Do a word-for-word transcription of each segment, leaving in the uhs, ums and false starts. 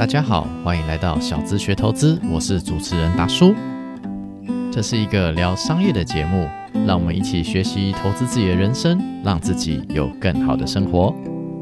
大家好，欢迎来到小资学投资，我是主持人达叔。这是一个聊商业的节目，让我们一起学习投资自己的人生，让自己有更好的生活。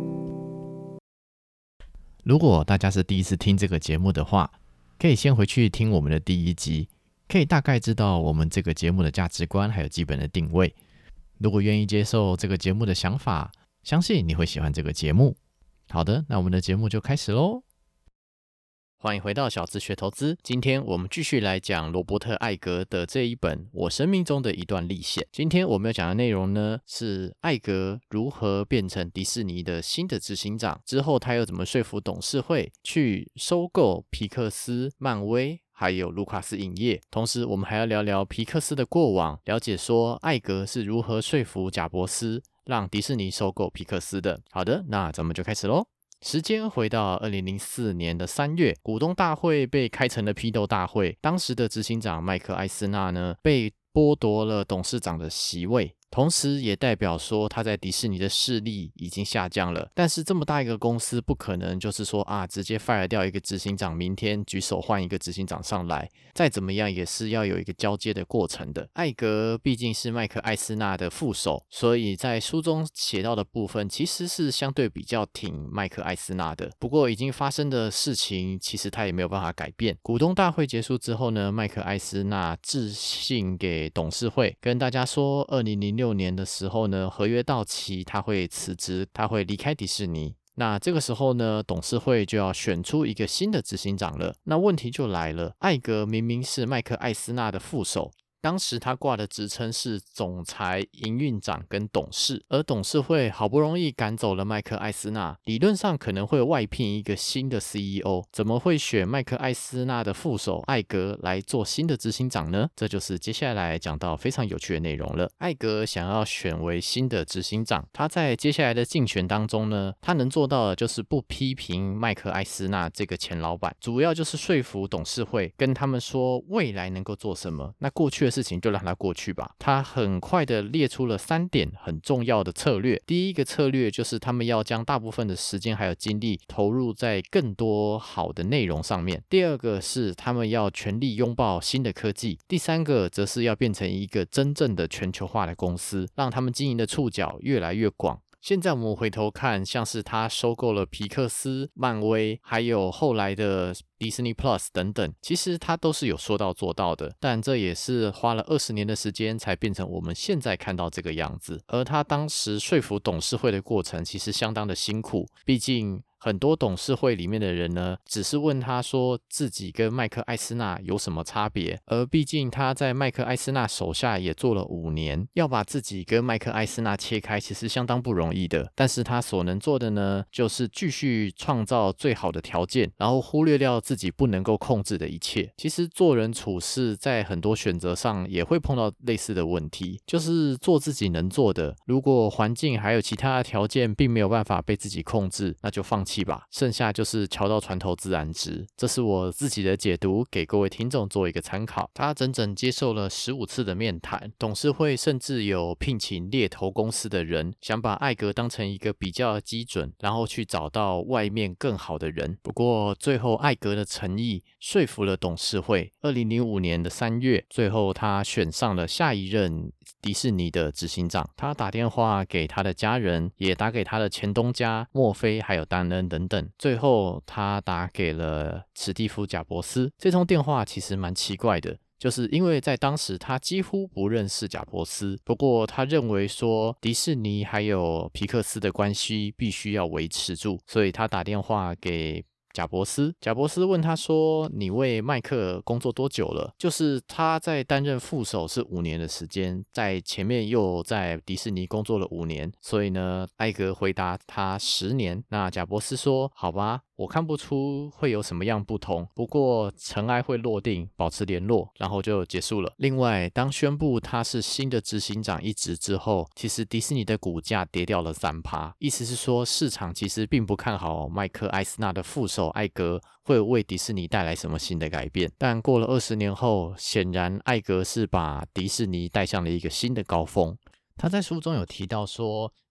如果大家是第一次听这个节目的话，可以先回去听我们的第一集，可以大概知道我们这个节目的价值观还有基本的定位。如果愿意接受这个节目的想法，相信你会喜欢这个节目。好的，那我们的节目就开始咯。欢迎回到小资学投资，今天我们继续来讲罗伯特·艾格的这一本《我生命中的一段历险》。今天我们要讲的内容呢，是艾格如何变成迪士尼的新的执行长，之后他又怎么说服董事会去收购皮克斯、漫威还有卢卡斯影业。同时我们还要聊聊皮克斯的过往，了解说艾格是如何说服贾伯斯让迪士尼收购皮克斯的。好的，那咱们就开始咯。时间回到二零零四年的三月，股东大会被开成了批斗大会，当时的执行长麦克艾斯纳呢被剥夺了董事长的席位，同时也代表说他在迪士尼的势力已经下降了。但是这么大一个公司不可能就是说啊直接 fire 掉一个执行长，明天举手换一个执行长上来，再怎么样也是要有一个交接的过程的。艾格毕竟是麦克艾斯纳的副手，所以在书中写到的部分其实是相对比较挺麦克艾斯纳的。不过已经发生的事情其实他也没有办法改变。股东大会结束之后呢，麦克艾斯纳致信给董事会，跟大家说二零零六年的时候呢，合约到期，他会辞职，他会离开迪士尼。那这个时候呢，董事会就要选出一个新的执行长了。那问题就来了，艾格明明是麦克艾斯纳的副手，当时他挂的职称是总裁、营运长跟董事，而董事会好不容易赶走了麦克艾斯纳，理论上可能会外聘一个新的 C E O， 怎么会选麦克艾斯纳的副手艾格来做新的执行长呢？这就是接下来讲到非常有趣的内容了。艾格想要选为新的执行长，他在接下来的竞选当中呢，他能做到的就是不批评麦克艾斯纳这个前老板，主要就是说服董事会，跟他们说未来能够做什么，那过去的事情就让它过去吧。他很快的列出了三点很重要的策略。第一个策略就是他们要将大部分的时间还有精力投入在更多好的内容上面。第二个是他们要全力拥抱新的科技。第三个则是要变成一个真正的全球化的公司，让他们经营的触角越来越广。现在我们回头看，像是他收购了皮克斯、漫威，还有后来的Disney Plus 等等，其实他都是有说到做到的，但这也是花了二十年的时间才变成我们现在看到这个样子。而他当时说服董事会的过程其实相当的辛苦，毕竟很多董事会里面的人呢，只是问他说自己跟麦克艾斯纳有什么差别，而毕竟他在麦克艾斯纳手下也做了五年，要把自己跟麦克艾斯纳切开其实相当不容易的。但是他所能做的呢，就是继续创造最好的条件，然后忽略掉自己不能够控制的一切。其实做人处事在很多选择上也会碰到类似的问题，就是做自己能做的，如果环境还有其他的条件并没有办法被自己控制，那就放弃吧，剩下就是桥到船头自然直。这是我自己的解读，给各位听众做一个参考。他整整接受了十五次的面谈，董事会甚至有聘请猎头公司的人，想把艾格当成一个比较基准，然后去找到外面更好的人。不过最后艾格的诚意说服了董事会。二零零五年的三月，最后他选上了下一任迪士尼的执行长。他打电话给他的家人，也打给他的前东家墨菲还有丹恩等等。最后他打给了史蒂夫·贾伯斯。这通电话其实蛮奇怪的，就是因为在当时他几乎不认识贾伯斯，不过他认为说迪士尼还有皮克斯的关系必须要维持住，所以他打电话给贾伯斯。贾伯斯问他说，你为麦克工作多久了？就是他在担任副手是五年的时间，在前面又在迪士尼工作了五年，所以呢艾格回答他十年。那贾伯斯说，好吧，我看不出会有什么样不同，不过尘埃会落定，保持联络，然后就结束了。另外，当宣布他是新的执行长一职之后，其实迪士尼的股价跌掉了 百分之三， 意思是说市场其实并不看好麦克艾斯纳的副手艾格会为迪士尼带来什么新的改变。但过了二十年后，显然艾格是把迪士尼带向了一个新的高峰。他在书中有提到说，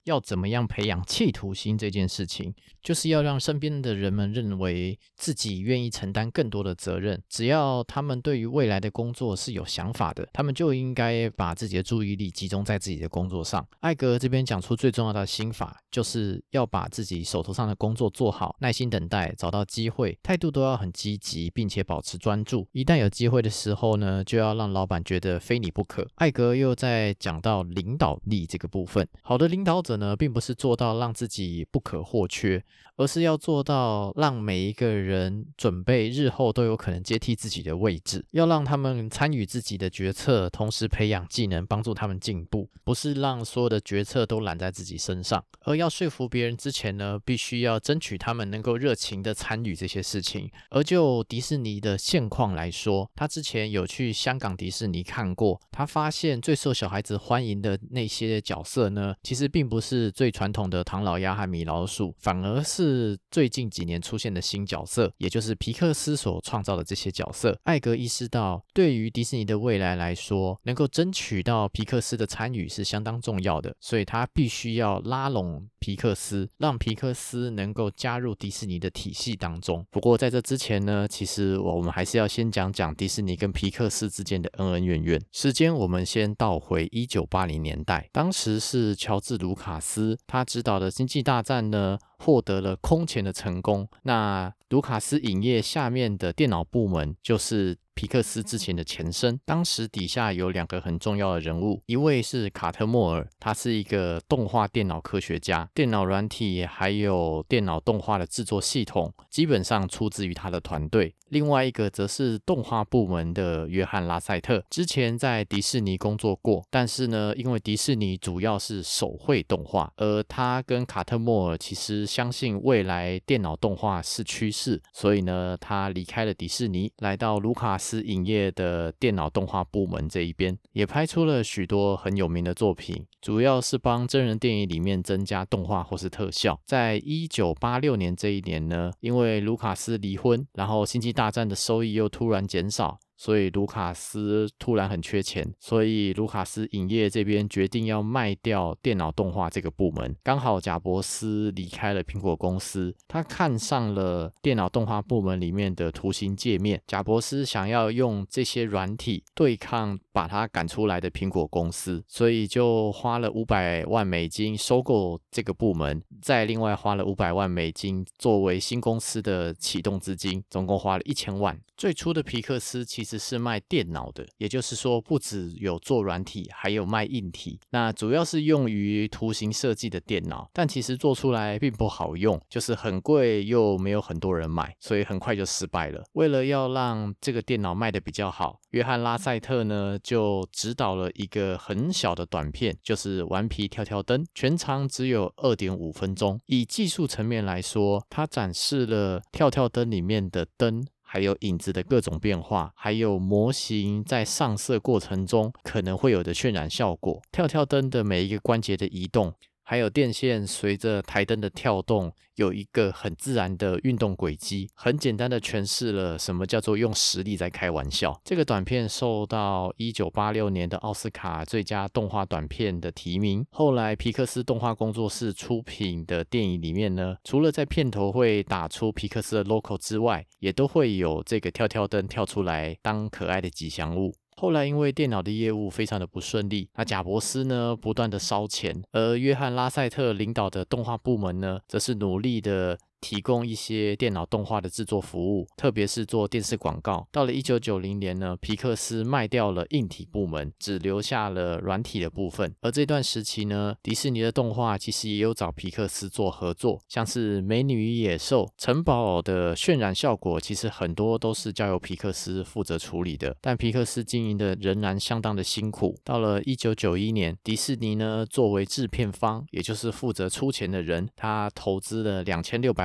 要怎么样培养企图心这件事情，就是要让身边的人们认为自己愿意承担更多的责任，只要他们对于未来的工作是有想法的，他们就应该把自己的注意力集中在自己的工作上。艾格这边讲出最重要的心法，就是要把自己手头上的工作做好，耐心等待，找到机会，态度都要很积极，并且保持专注。一旦有机会的时候呢，就要让老板觉得非你不可。艾格又在讲到领导力这个部分，好的领导者呢，并不是做到让自己不可或缺，而是要做到让每一个人准备日后都有可能接替自己的位置，要让他们参与自己的决策，同时培养技能，帮助他们进步，不是让所有的决策都揽在自己身上。而要说服别人之前呢，必须要争取他们能够热情的参与这些事情。而就迪士尼的现况来说，他之前有去香港迪士尼看过，他发现最受小孩子欢迎的那些角色呢，其实并不是最传统的唐老鸭和米老鼠，反而是最近几年出现的新角色，也就是皮克斯所创造的这些角色。艾格意识到，对于迪士尼的未来来说，能够争取到皮克斯的参与是相当重要的，所以他必须要拉拢皮克斯，让皮克斯能够加入迪士尼的体系当中。不过在这之前呢，其实我们还是要先讲讲迪士尼跟皮克斯之间的恩恩怨怨。时间我们先倒回一九八零年代，当时是乔治·卢卡斯，他执导的《星际大战》呢，获得了空前的成功。那卢卡斯影业下面的电脑部门就是皮克斯之前的前身，当时底下有两个很重要的人物，一位是卡特·莫尔，他是一个动画电脑科学家，电脑软体还有电脑动画的制作系统基本上出自于他的团队。另外一个则是动画部门的约翰·拉塞特，之前在迪士尼工作过，但是呢，因为迪士尼主要是手绘动画，而他跟卡特·莫尔其实相信未来电脑动画是趋势，所以呢，他离开了迪士尼，来到卢卡斯影业的电脑动画部门这一边，也拍出了许多很有名的作品，主要是帮真人电影里面增加动画或是特效。在一九八六年这一年呢，因为卢卡斯离婚，然后星际大战的收益又突然减少，所以卢卡斯突然很缺钱，所以卢卡斯影业这边决定要卖掉电脑动画这个部门。刚好贾伯斯离开了苹果公司，他看上了电脑动画部门里面的图形界面，贾伯斯想要用这些软体对抗把他赶出来的苹果公司，所以就花了五百万美金收购这个部门，再另外花了五百万美金作为新公司的启动资金，总共花了一千万。最初的皮克斯其实是卖电脑的，也就是说不只有做软体，还有卖硬体，那主要是用于图形设计的电脑，但其实做出来并不好用，就是很贵又没有很多人买，所以很快就失败了。为了要让这个电脑卖得比较好，约翰·拉塞特呢就指导了一个很小的短片，就是顽皮跳跳灯，全长只有 二点五分钟。以技术层面来说，它展示了跳跳灯里面的灯还有影子的各种变化，还有模型在上色过程中可能会有的渲染效果，跳跳灯的每一个关节的移动，还有电线随着台灯的跳动有一个很自然的运动轨迹，很简单的诠释了什么叫做用实力在开玩笑。这个短片受到一九八六年的奥斯卡最佳动画短片的提名。后来皮克斯动画工作室出品的电影里面呢，除了在片头会打出皮克斯的 logo 之外，也都会有这个跳跳灯跳出来当可爱的吉祥物。后来因为电脑的业务非常的不顺利，那贾伯斯呢不断的烧钱，而约翰·拉塞特领导的动画部门呢，则是努力的提供一些电脑动画的制作服务，特别是做电视广告。到了一九九零年呢，皮克斯卖掉了硬体部门，只留下了软体的部分。而这段时期呢，迪士尼的动画其实也有找皮克斯做合作，像是《美女与野兽》、城堡的渲染效果，其实很多都是交由皮克斯负责处理的。但皮克斯经营的仍然相当的辛苦。到了一九九一年，迪士尼呢作为制片方，也就是负责出钱的人，他投资了两千六百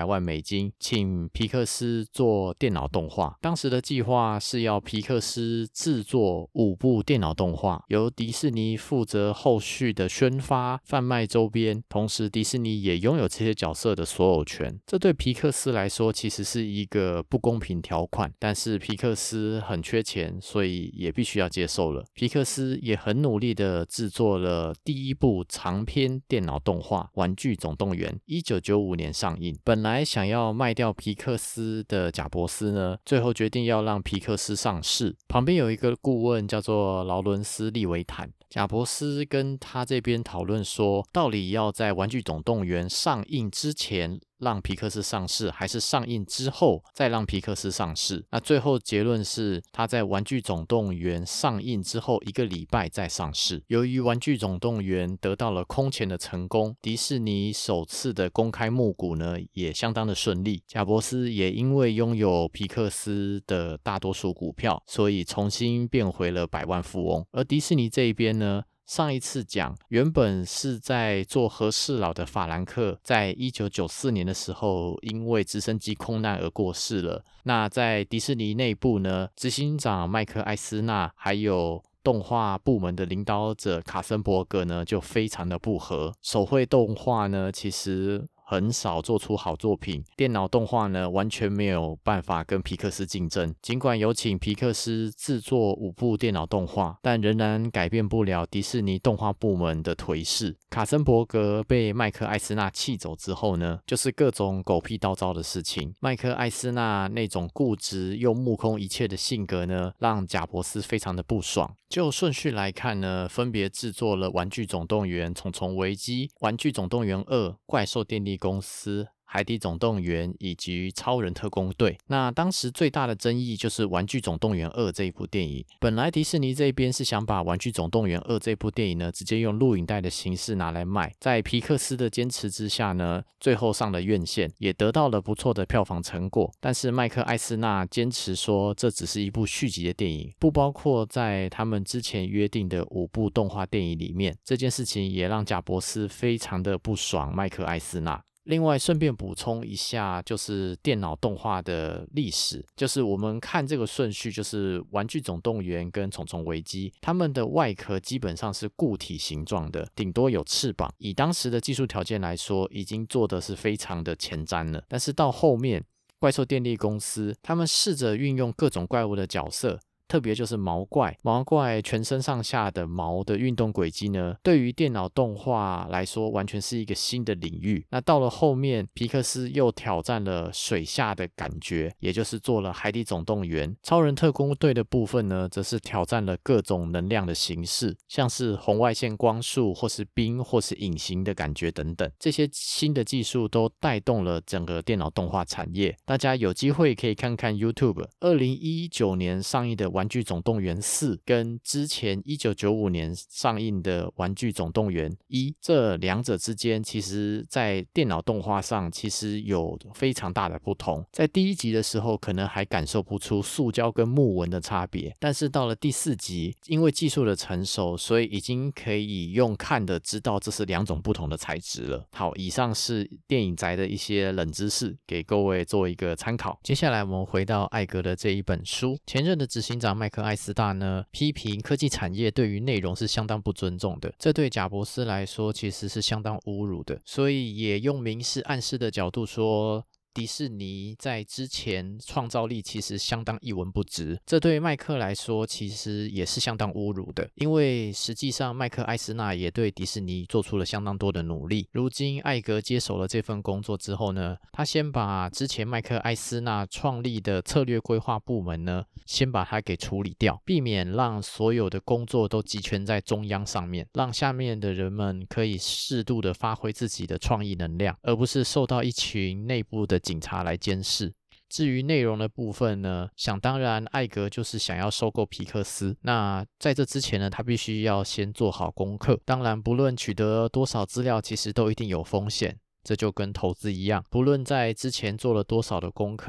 百万美金，请皮克斯做电脑动画。当时的计划是要皮克斯制作五部电脑动画，由迪士尼负责后续的宣发、贩卖周边，同时迪士尼也拥有这些角色的所有权。这对皮克斯来说其实是一个不公平条款，但是皮克斯很缺钱，所以也必须要接受了。皮克斯也很努力的制作了第一部长篇电脑动画《玩具总动员》，一九九五年上映。本来想要卖掉皮克斯的贾伯斯呢，最后决定要让皮克斯上市。旁边有一个顾问叫做劳伦斯·利维坦，贾伯斯跟他这边讨论说，到底要在《玩具总动员》上映之前让皮克斯上市，还是上映之后再让皮克斯上市。那最后结论是他在《玩具总动员》上映之后一个礼拜再上市。由于《玩具总动员》得到了空前的成功，迪士尼首次的公开募股呢也相当的顺利。贾伯斯也因为拥有皮克斯的大多数股票，所以重新变回了百万富翁。而迪士尼这一边呢，上一次讲原本是在做和事佬的法兰克，在一九九四年的时候因为直升机空难而过世了。那在迪士尼内部呢，执行长麦克艾斯纳还有动画部门的领导者卡森伯格呢就非常的不合。手绘动画呢其实很少做出好作品，电脑动画呢完全没有办法跟皮克斯竞争。尽管有请皮克斯制作五部电脑动画，但仍然改变不了迪士尼动画部门的颓势。卡森伯格被麦克艾斯纳气走之后呢，就是各种狗屁倒灶的事情。麦克艾斯纳那种固执又目空一切的性格呢，让贾伯斯非常的不爽。就顺序来看呢，分别制作了《玩具总动员》、《虫虫危机》、《玩具总动员二》、《怪兽电力公司》、海底总动员以及超人特工队。那当时最大的争议就是《玩具总动员二》这一部电影。本来迪士尼这边是想把《玩具总动员二》这部电影呢直接用录影带的形式拿来卖，在皮克斯的坚持之下呢，最后上了院线，也得到了不错的票房成果。但是麦克艾斯纳坚持说这只是一部续集的电影，不包括在他们之前约定的五部动画电影里面。这件事情也让贾伯斯非常的不爽麦克艾斯纳。另外顺便补充一下，就是电脑动画的历史，就是我们看这个顺序，就是玩具总动员跟虫虫危机，它们的外壳基本上是固体形状的，顶多有翅膀。以当时的技术条件来说，已经做的是非常的前瞻了。但是到后面怪兽电力公司，他们试着运用各种怪物的角色，特别就是毛怪，毛怪全身上下的毛的运动轨迹呢，对于电脑动画来说完全是一个新的领域。那到了后面，皮克斯又挑战了水下的感觉，也就是做了海底总动员。超人特工队的部分呢，则是挑战了各种能量的形式，像是红外线光束或是冰或是隐形的感觉等等。这些新的技术都带动了整个电脑动画产业。大家有机会可以看看 YouTube 二零一九年上映的玩具总动员四跟之前一九九五年上映的玩具总动员一，这两者之间其实在电脑动画上其实有非常大的不同。在第一集的时候可能还感受不出塑胶跟木纹的差别，但是到了第四集，因为技术的成熟，所以已经可以用看的知道这是两种不同的材质了。好，以上是电影宅的一些冷知识，给各位做一个参考。接下来我们回到艾格的这一本书，前任的执行长麦克艾斯大呢，批评科技产业对于内容是相当不尊重的，这对贾伯斯来说其实是相当侮辱的，所以也用明示暗示的角度说，迪士尼在之前创造力其实相当一文不值，这对麦克来说其实也是相当侮辱的，因为实际上麦克艾斯纳也对迪士尼做出了相当多的努力。如今艾格接手了这份工作之后呢，他先把之前麦克艾斯纳创立的策略规划部门呢，先把它给处理掉，避免让所有的工作都集权在中央上面，让下面的人们可以适度的发挥自己的创意能量，而不是受到一群内部的警察来监视。至于内容的部分呢，想当然艾格就是想要收购皮克斯，那在这之前呢，他必须要先做好功课。当然不论取得多少资料，其实都一定有风险，这就跟投资一样，不论在之前做了多少的功课，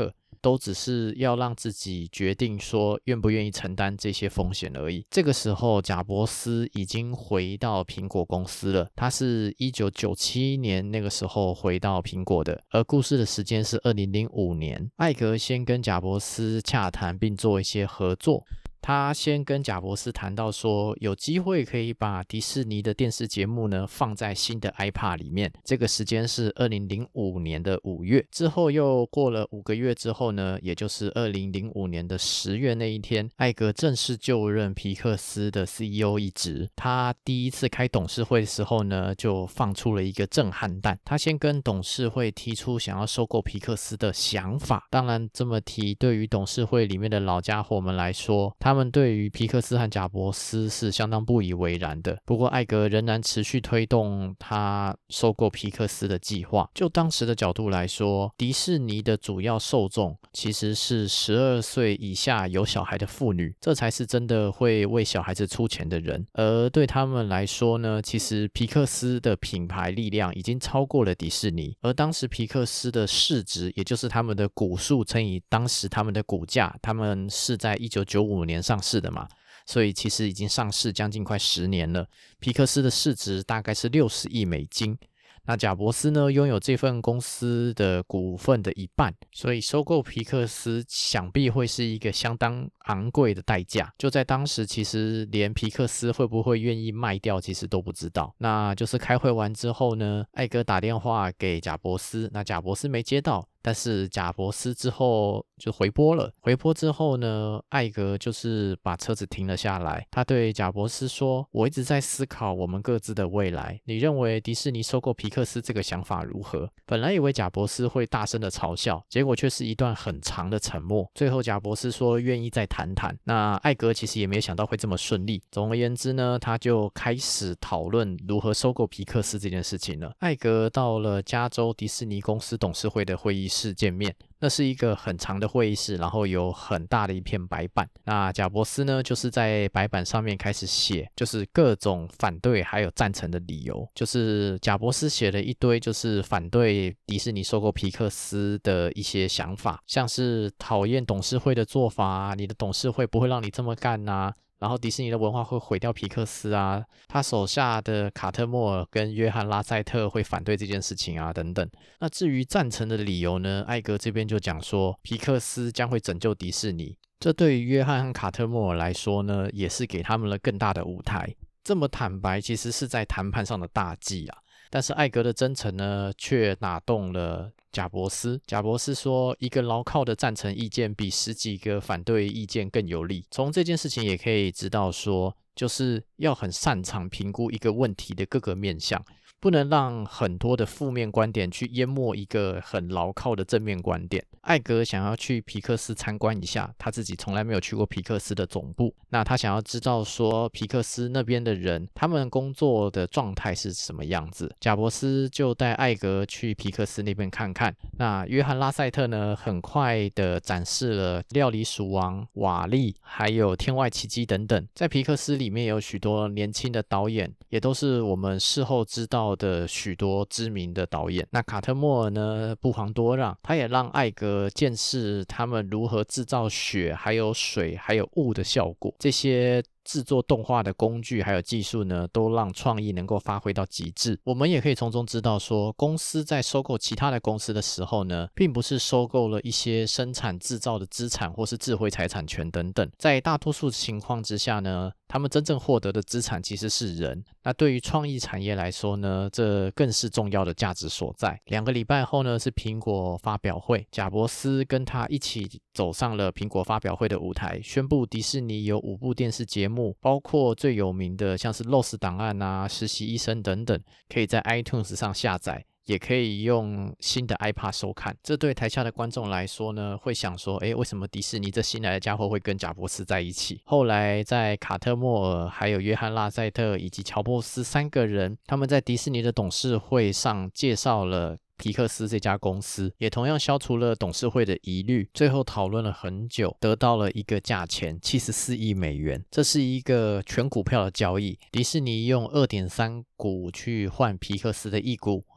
都只是要让自己决定说愿不愿意承担这些风险而已。这个时候贾伯斯已经回到苹果公司了，他是一九九七年那个时候回到苹果的，而故事的时间是二零零五年。艾格先跟贾伯斯洽谈并做一些合作，他先跟贾伯斯谈到说有机会可以把迪士尼的电视节目呢放在新的 iPad 里面，这个时间是二零零五年的五月。之后又过了五个月之后呢，也就是二零零五年的十月那一天，艾格正式就任皮克斯的 C E O 一职。他第一次开董事会的时候呢，就放出了一个震撼弹，他先跟董事会提出想要收购皮克斯的想法。当然这么提对于董事会里面的老家伙们来说，他们对于皮克斯和贾伯斯是相当不以为然的。不过艾格仍然持续推动他收购皮克斯的计划。就当时的角度来说，迪士尼的主要受众其实是十二岁以下有小孩的妇女，这才是真的会为小孩子出钱的人。而对他们来说呢，其实皮克斯的品牌力量已经超过了迪士尼，而当时皮克斯的市值，也就是他们的股数乘以当时他们的股价，他们是在一九九五年上市的嘛，所以其实已经上市将近快十年了。皮克斯的市值大概是六十亿美金，那贾伯斯呢拥有这份公司的股份的一半，所以收购皮克斯想必会是一个相当昂贵的代价。就在当时，其实连皮克斯会不会愿意卖掉其实都不知道。那就是开会完之后呢，艾格打电话给贾伯斯，那贾伯斯没接到，但是贾伯斯之后就回拨了。回拨之后呢，艾格就是把车子停了下来，他对贾伯斯说，我一直在思考我们各自的未来，你认为迪士尼收购皮克斯这个想法如何？本来以为贾伯斯会大声的嘲笑，结果却是一段很长的沉默。最后贾伯斯说愿意再谈谈，那艾格其实也没想到会这么顺利。总而言之呢，他就开始讨论如何收购皮克斯这件事情了。艾格到了加州迪士尼公司董事会的会议室见面，那是一个很长的会议室，然后有很大的一片白板。那贾伯斯呢，就是在白板上面开始写，就是各种反对还有赞成的理由。就是贾伯斯写了一堆就是反对迪士尼收购皮克斯的一些想法，像是讨厌董事会的做法啊，你的董事会不会让你这么干啊，然后迪士尼的文化会毁掉皮克斯啊，他手下的卡特莫尔跟约翰拉塞特会反对这件事情啊等等。那至于赞成的理由呢，艾格这边就讲说皮克斯将会拯救迪士尼，这对于约翰和卡特莫尔来说呢，也是给他们了更大的舞台。这么坦白其实是在谈判上的大忌啊，但是艾格的真诚呢却打动了贾伯斯。贾伯斯说，一个牢靠的赞成意见比十几个反对意见更有力。从这件事情也可以知道说，就是要很擅长评估一个问题的各个面向，不能让很多的负面观点去淹没一个很牢靠的正面观点。艾格想要去皮克斯参观一下，他自己从来没有去过皮克斯的总部，那他想要知道说皮克斯那边的人他们工作的状态是什么样子。贾伯斯就带艾格去皮克斯那边看看。那约翰拉塞特呢，很快的展示了料理鼠王、瓦力还有天外奇迹等等。在皮克斯里面有许多年轻的导演，也都是我们事后知道的许多知名的导演。那卡特莫尔呢不遑多让，他也让艾格见识他们如何制造雪还有水还有雾的效果。这些制作动画的工具还有技术呢，都让创意能够发挥到极致。我们也可以从中知道说，公司在收购其他的公司的时候呢，并不是收购了一些生产制造的资产或是智慧财产权等等，在大多数情况之下呢，他们真正获得的资产其实是人。那对于创意产业来说呢，这更是重要的价值所在。两个礼拜后呢，是苹果发表会，贾伯斯跟他一起走上了苹果发表会的舞台，宣布迪士尼有五部电视节目，包括最有名的像是 Lost 档案啊、实习医生等等，可以在 iTunes 上下载，也可以用新的 iPad 收看。这对台下的观众来说呢，会想说，诶，为什么迪士尼这新来的家伙会跟贾伯斯在一起？后来在卡特莫尔、还有约翰拉塞特以及乔布斯三个人，他们在迪士尼的董事会上介绍了皮克斯这家公司，也同样消除了董事会的疑虑。最后讨论了很久，得到了一个价钱七十四亿美元。这是一个全股票的交易，迪士尼用 二点三 股去换皮克斯的一股，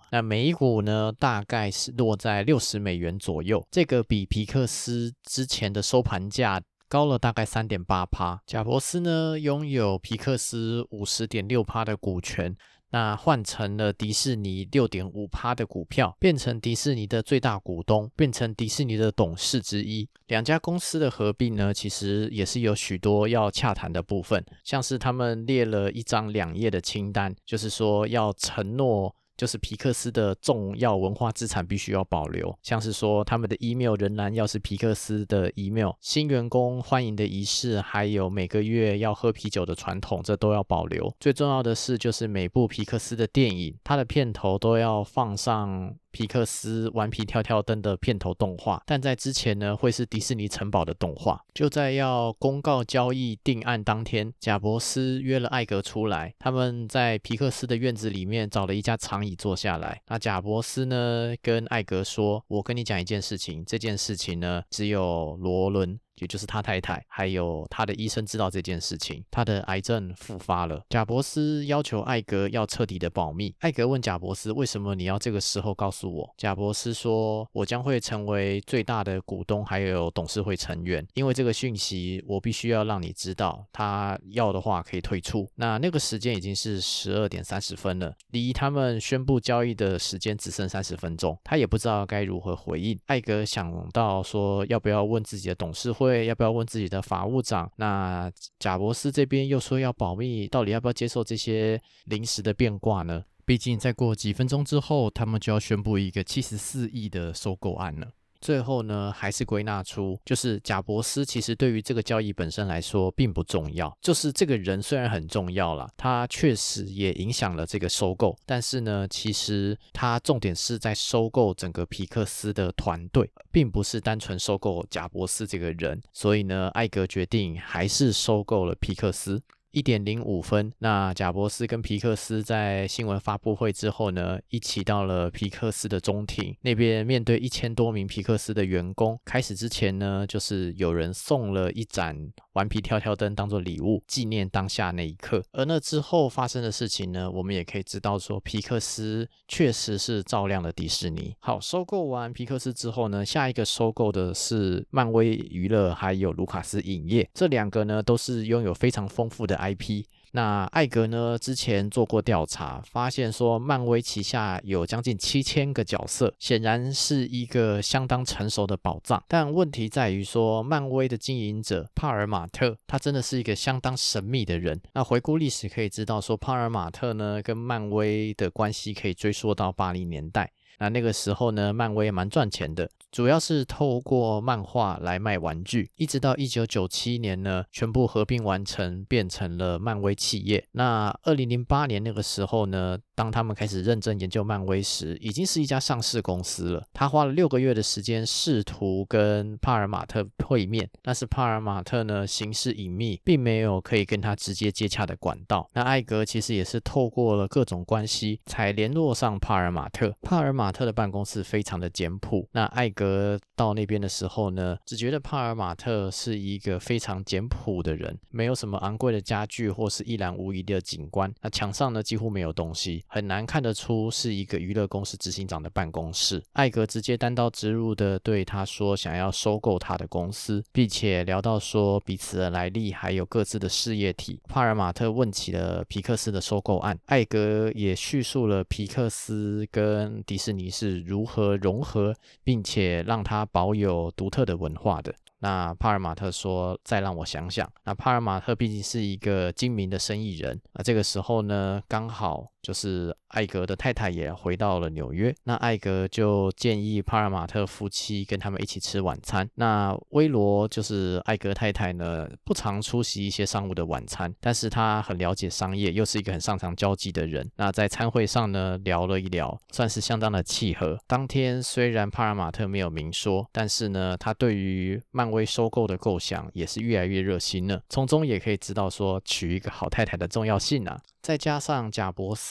那每一股呢大概是落在六十美元左右，这个比皮克斯之前的收盘价高了大概 百分之三点八。 贾伯斯呢拥有皮克斯 百分之五十点六 的股权，那换成了迪士尼 百分之六点五 的股票，变成迪士尼的最大股东，变成迪士尼的董事之一。两家公司的合并呢，其实也是有许多要洽谈的部分，像是他们列了一张两页的清单，就是说要承诺就是皮克斯的重要文化资产必须要保留，像是说他们的 email 仍然要是皮克斯的 email， 新员工欢迎的仪式，还有每个月要喝啤酒的传统，这都要保留。最重要的是就是每部皮克斯的电影，它的片头都要放上皮克斯顽皮跳跳灯的片头动画，但在之前呢会是迪士尼城堡的动画。就在要公告交易定案当天，贾伯斯约了艾格出来，他们在皮克斯的院子里面找了一家长椅坐下来。那贾伯斯呢跟艾格说，我跟你讲一件事情，这件事情呢只有罗伦也就是他太太还有他的医生知道这件事情，他的癌症复发了。贾伯斯要求艾格要彻底的保密。艾格问贾伯斯，为什么你要这个时候告诉我？贾伯斯说，我将会成为最大的股东还有董事会成员，因为这个讯息我必须要让你知道，他要的话可以退出。那那个时间已经是十二点三十分了，离他们宣布交易的时间只剩三十分钟，他也不知道该如何回应。艾格想到说要不要问自己的董事会，要不要问自己的法务长，那贾伯斯这边又说要保密，到底要不要接受这些临时的变卦呢？毕竟再过几分钟之后，他们就要宣布一个七十四亿的收购案了。最后呢，还是归纳出，就是贾伯斯其实对于这个交易本身来说并不重要，就是这个人虽然很重要啦，他确实也影响了这个收购，但是呢，其实他重点是在收购整个皮克斯的团队，并不是单纯收购贾伯斯这个人。所以呢，艾格决定还是收购了皮克斯。一点零五分，那贾伯斯跟皮克斯在新闻发布会之后呢，一起到了皮克斯的中庭那边，面对一千多名皮克斯的员工。开始之前呢，就是有人送了一盏顽皮跳跳灯当做礼物，纪念当下那一刻。而那之后发生的事情呢，我们也可以知道说，皮克斯确实是照亮了迪士尼。好，收购完皮克斯之后呢，下一个收购的是漫威娱乐还有卢卡斯影业，这两个呢都是拥有非常丰富的 I P。那艾格呢之前做过调查，发现说漫威旗下有将近七千个角色，显然是一个相当成熟的宝藏。但问题在于说，漫威的经营者帕尔马特，他真的是一个相当神秘的人。那回顾历史可以知道说，帕尔马特呢跟漫威的关系可以追溯到八零年代。那那个时候呢，漫威蛮赚钱的，主要是透过漫画来卖玩具，一直到一九九七年呢，全部合并完成，变成了漫威企业。那二零零八年那个时候呢，当他们开始认真研究漫威时，已经是一家上市公司了。他花了六个月的时间试图跟帕尔马特会面，但是帕尔马特呢行事隐秘，并没有可以跟他直接接洽的管道。那艾格其实也是透过了各种关系才联络上帕尔马特。帕尔马特的办公室非常的简朴，那艾格到那边的时候呢，只觉得帕尔马特是一个非常简朴的人，没有什么昂贵的家具或是一览无遗的景观，那墙上呢几乎没有东西，很难看得出是一个娱乐公司执行长的办公室。艾格直接单刀直入的对他说想要收购他的公司，并且聊到说彼此的来历还有各自的事业体。帕尔马特问起了皮克斯的收购案，艾格也叙述了皮克斯跟迪士尼是如何融合并且让它保有独特的文化的。那帕尔马特说再让我想想。那帕尔马特毕竟是一个精明的生意人，那这个时候呢刚好就是艾格的太太也回到了纽约，那艾格就建议帕尔马特夫妻跟他们一起吃晚餐。那威罗就是艾格太太呢，不常出席一些商务的晚餐，但是他很了解商业，又是一个很擅长交际的人。那在餐会上呢聊了一聊，算是相当的契合。当天虽然帕尔马特没有明说，但是呢他对于漫威收购的构想也是越来越热心了，从中也可以知道说娶一个好太太的重要性啊。再加上贾伯斯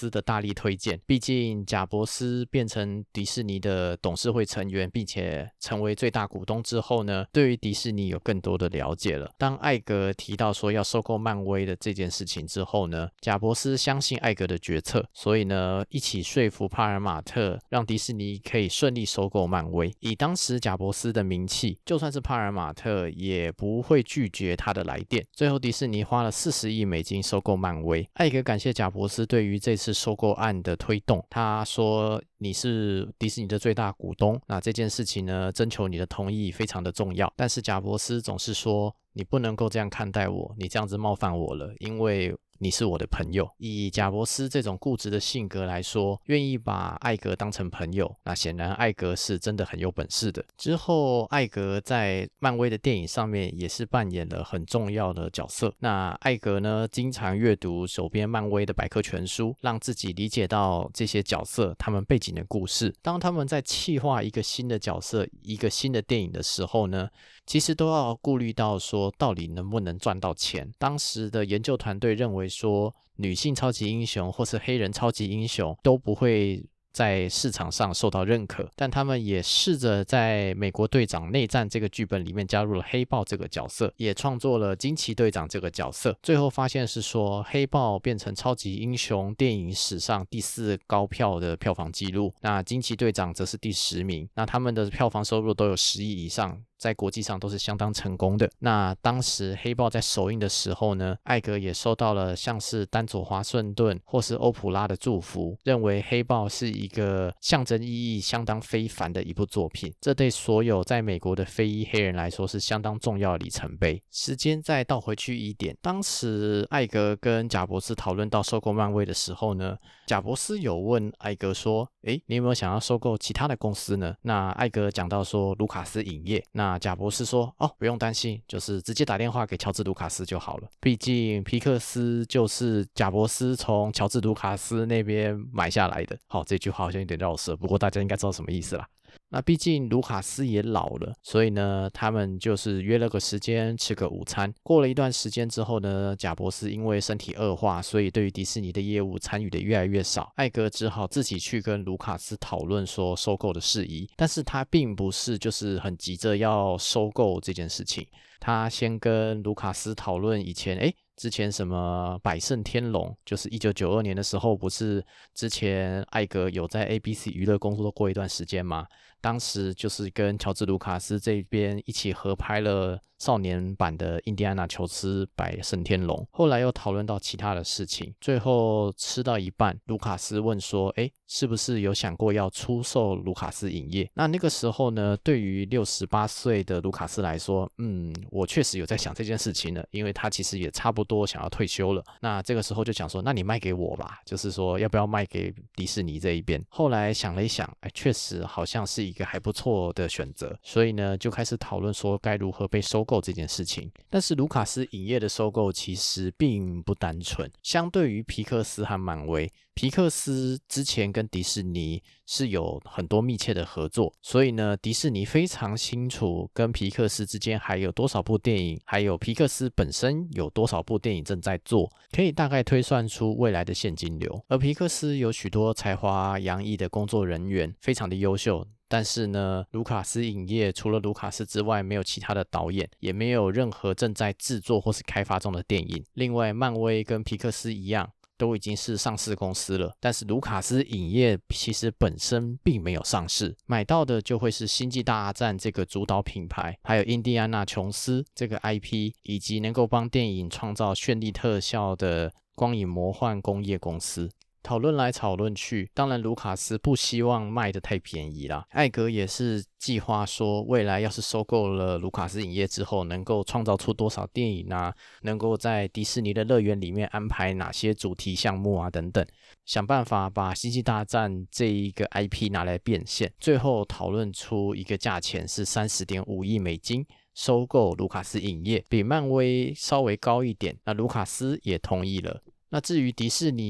斯的大力推荐，毕竟贾伯斯变成迪士尼的董事会成员，并且成为最大股东之后呢，对于迪士尼有更多的了解了。当艾格提到说要收购漫威的这件事情之后呢，贾伯斯相信艾格的决策，所以呢一起说服帕尔马特，让迪士尼可以顺利收购漫威。以当时贾伯斯的名气，就算是帕尔马特也不会拒绝他的来电。最后迪士尼花了四十亿美金收购漫威。艾格感谢贾伯斯对于这次收购案的推动，他说你是迪士尼的最大股东，那这件事情呢征求你的同意非常的重要。但是贾伯斯总是说你不能够这样看待我，你这样子冒犯我了，因为你是我的朋友。以贾伯斯这种固执的性格来说，愿意把艾格当成朋友，那显然艾格是真的很有本事的。之后艾格在漫威的电影上面也是扮演了很重要的角色。那艾格呢经常阅读手边漫威的百科全书，让自己理解到这些角色他们背景的故事。当他们在企划一个新的角色一个新的电影的时候呢，其实都要顾虑到说到底能不能赚到钱。当时的研究团队认为说女性超级英雄或是黑人超级英雄都不会在市场上受到认可，但他们也试着在美国队长内战这个剧本里面加入了黑豹这个角色，也创作了惊奇队长这个角色。最后发现是说黑豹变成超级英雄电影史上第四高票的票房纪录，那惊奇队长则是第十名。那他们的票房收入都有十亿以上，在国际上都是相当成功的。那当时黑豹在首映的时候呢，艾格也收到了像是丹佐华盛顿或是欧普拉的祝福，认为黑豹是一个象征意义相当非凡的一部作品，这对所有在美国的非裔黑人来说是相当重要的里程碑。时间再倒回去一点，当时艾格跟贾伯斯讨论到收购漫威的时候呢，贾伯斯有问艾格说诶，你有没有想要收购其他的公司呢？那艾格讲到说卢卡斯影业，那贾伯斯说哦，不用担心，就是直接打电话给乔治卢卡斯就好了，毕竟皮克斯就是贾伯斯从乔治卢卡斯那边买下来的。好，这句话好像有点绕舌，不过大家应该知道什么意思啦。那毕竟卢卡斯也老了，所以呢他们就是约了个时间吃个午餐。过了一段时间之后呢，贾伯斯因为身体恶化，所以对于迪士尼的业务参与的越来越少，艾格只好自己去跟卢卡斯讨论说收购的事宜。但是他并不是就是很急着要收购这件事情，他先跟卢卡斯讨论以前诶之前什么百胜天龙，就是一九九二年的时候，不是之前艾格有在 A B C 娱乐工作过一段时间吗？当时就是跟乔治卢卡斯这边一起合拍了少年版的印第安纳琼斯百胜天龙。后来又讨论到其他的事情，最后吃到一半，卢卡斯问说诶是不是有想过要出售卢卡斯影业？那那个时候呢，对于六十八岁的卢卡斯来说，嗯我确实有在想这件事情了，因为他其实也差不多想要退休了。那这个时候就想说那你卖给我吧，就是说要不要卖给迪士尼这一边。后来想了一想，哎，确实好像是一个还不错的选择，所以呢就开始讨论说该如何被收购这件事情。但是卢卡斯影业的收购其实并不单纯，相对于皮克斯和漫威，皮克斯之前跟迪士尼是有很多密切的合作，所以呢迪士尼非常清楚跟皮克斯之间还有多少部电影，还有皮克斯本身有多少部电影正在做，可以大概推算出未来的现金流。而皮克斯有许多才华洋溢的工作人员，非常的优秀，但是呢卢卡斯影业除了卢卡斯之外没有其他的导演，也没有任何正在制作或是开发中的电影。另外漫威跟皮克斯一样都已经是上市公司了，但是卢卡斯影业其实本身并没有上市，买到的就会是星际大战这个主导品牌，还有印第安纳琼斯这个 I P， 以及能够帮电影创造绚丽特效的光影魔幻工业公司。讨论来讨论去，当然卢卡斯不希望卖得太便宜啦。艾格也是计划说未来要是收购了卢卡斯影业之后，能够创造出多少电影啊，能够在迪士尼的乐园里面安排哪些主题项目啊等等，想办法把星际大战这一个 I P 拿来变现。最后讨论出一个价钱是 三十点五亿美金收购卢卡斯影业，比漫威稍微高一点，那卢卡斯也同意了。那至于迪士尼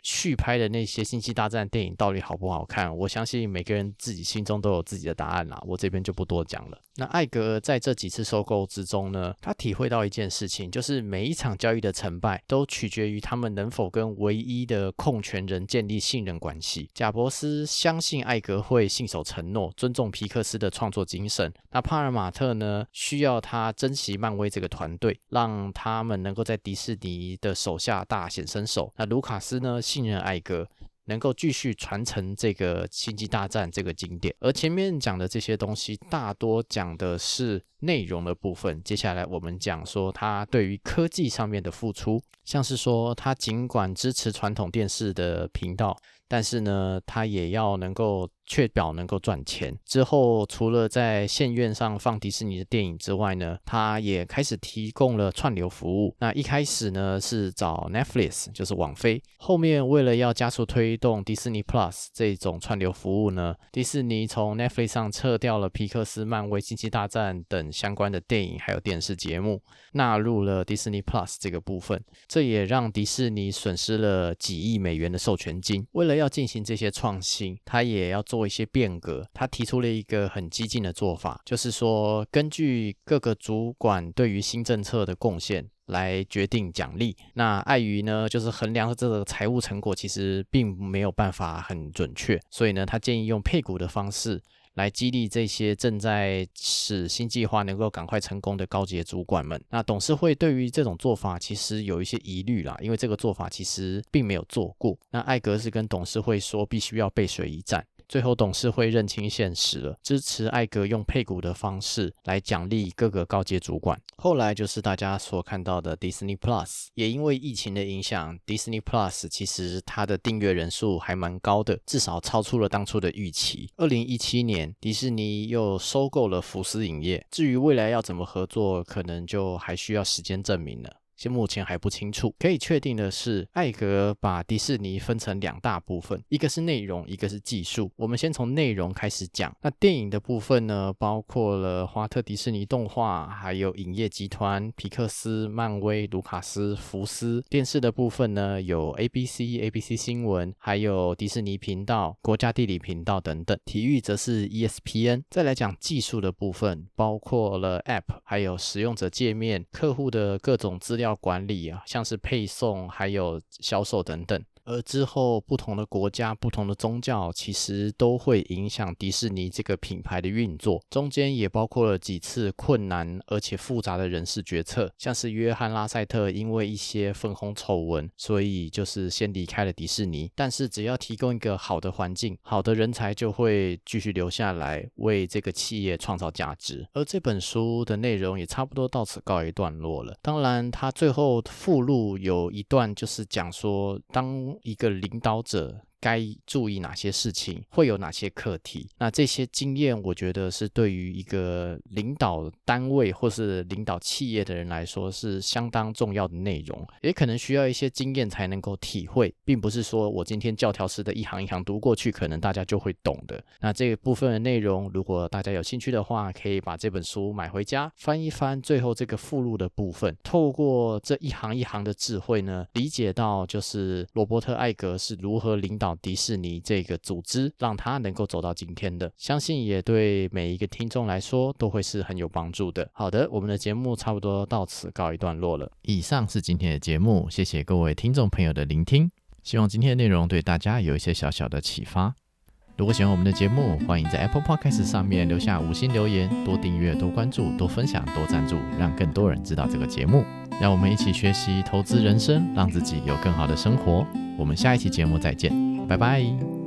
续拍的那些星际大战电影到底好不好看，我相信每个人自己心中都有自己的答案啦，我这边就不多讲了。那艾格在这几次收购之中呢，他体会到一件事情，就是每一场交易的成败都取决于他们能否跟唯一的控权人建立信任关系。贾伯斯相信艾格会信守承诺，尊重皮克斯的创作精神，那帕尔马特呢，需要他珍惜漫威这个团队，让他们能够在迪士尼的手下大显身手。那卢卡斯呢，信任艾格能够继续传承这个星际大战这个经典。而前面讲的这些东西大多讲的是内容的部分，接下来我们讲说他对于科技上面的付出，像是说他尽管支持传统电视的频道，但是呢他也要能够确保能够赚钱。之后除了在线院上放迪士尼的电影之外呢，他也开始提供了串流服务。那一开始呢是找 Netflix 就是网飞，后面为了要加速推动 Disney Plus 这种串流服务呢，迪士尼从 Netflix 上撤掉了皮克斯、漫威、星际大战等相关的电影还有电视节目，纳入了 Disney Plus 这个部分，这也让迪士尼损失了几亿美元的授权金。为了要进行这些创新，他也要做一些变革，他提出了一个很激进的做法，就是说根据各个主管对于新政策的贡献来决定奖励。那碍于呢就是衡量这个财务成果其实并没有办法很准确，所以呢他建议用配股的方式来激励这些正在使新计划能够赶快成功的高阶主管们。那董事会对于这种做法其实有一些疑虑啦，因为这个做法其实并没有做过。那艾格是跟董事会说必须要背水一战，最后董事会认清现实了，支持艾格用配股的方式来奖励各个高阶主管。后来就是大家所看到的 Disney Plus， 也因为疫情的影响， Disney Plus 其实它的订阅人数还蛮高的，至少超出了当初的预期。二零一七年迪士尼又收购了福斯影业，至于未来要怎么合作，可能就还需要时间证明了，现目前还不清楚。可以确定的是，艾格把迪士尼分成两大部分，一个是内容，一个是技术。我们先从内容开始讲。那电影的部分呢，包括了华特迪士尼动画，还有影业集团、皮克斯、漫威、卢卡斯、福斯。电视的部分呢，有 A B C、A B C 新闻，还有迪士尼频道、国家地理频道等等。体育则是 E S P N。再来讲技术的部分，包括了 App， 还有使用者界面、客户的各种资料管理啊，像是配送还有销售等等。而之后不同的国家、不同的宗教其实都会影响迪士尼这个品牌的运作，中间也包括了几次困难而且复杂的人事决策，像是约翰拉塞特因为一些粉红丑闻，所以就是先离开了迪士尼。但是只要提供一个好的环境，好的人才就会继续留下来，为这个企业创造价值。而这本书的内容也差不多到此告一段落了。当然它最后附录有一段就是讲说，当一个领导者该注意哪些事情，会有哪些课题。那这些经验我觉得是对于一个领导单位或是领导企业的人来说是相当重要的内容，也可能需要一些经验才能够体会，并不是说我今天教条式的一行一行读过去可能大家就会懂的。那这个部分的内容如果大家有兴趣的话，可以把这本书买回家翻一翻，最后这个附录的部分，透过这一行一行的智慧呢，理解到就是罗伯特·艾格是如何领导迪士尼这个组织，让他能够走到今天的，相信也对每一个听众来说都会是很有帮助的。好的，我们的节目差不多到此告一段落了。 以上是今天的节目，谢谢各位听众朋友的聆听，希望今天的内容对大家有一些小小的启发。如果喜欢我们的节目，欢迎在 Apple Podcast 上面留下五星留言，多订阅、多关注、多分享、多赞助，让更多人知道这个节目。让我们一起学习投资人生，让自己有更好的生活。我们下一期节目再见，拜拜。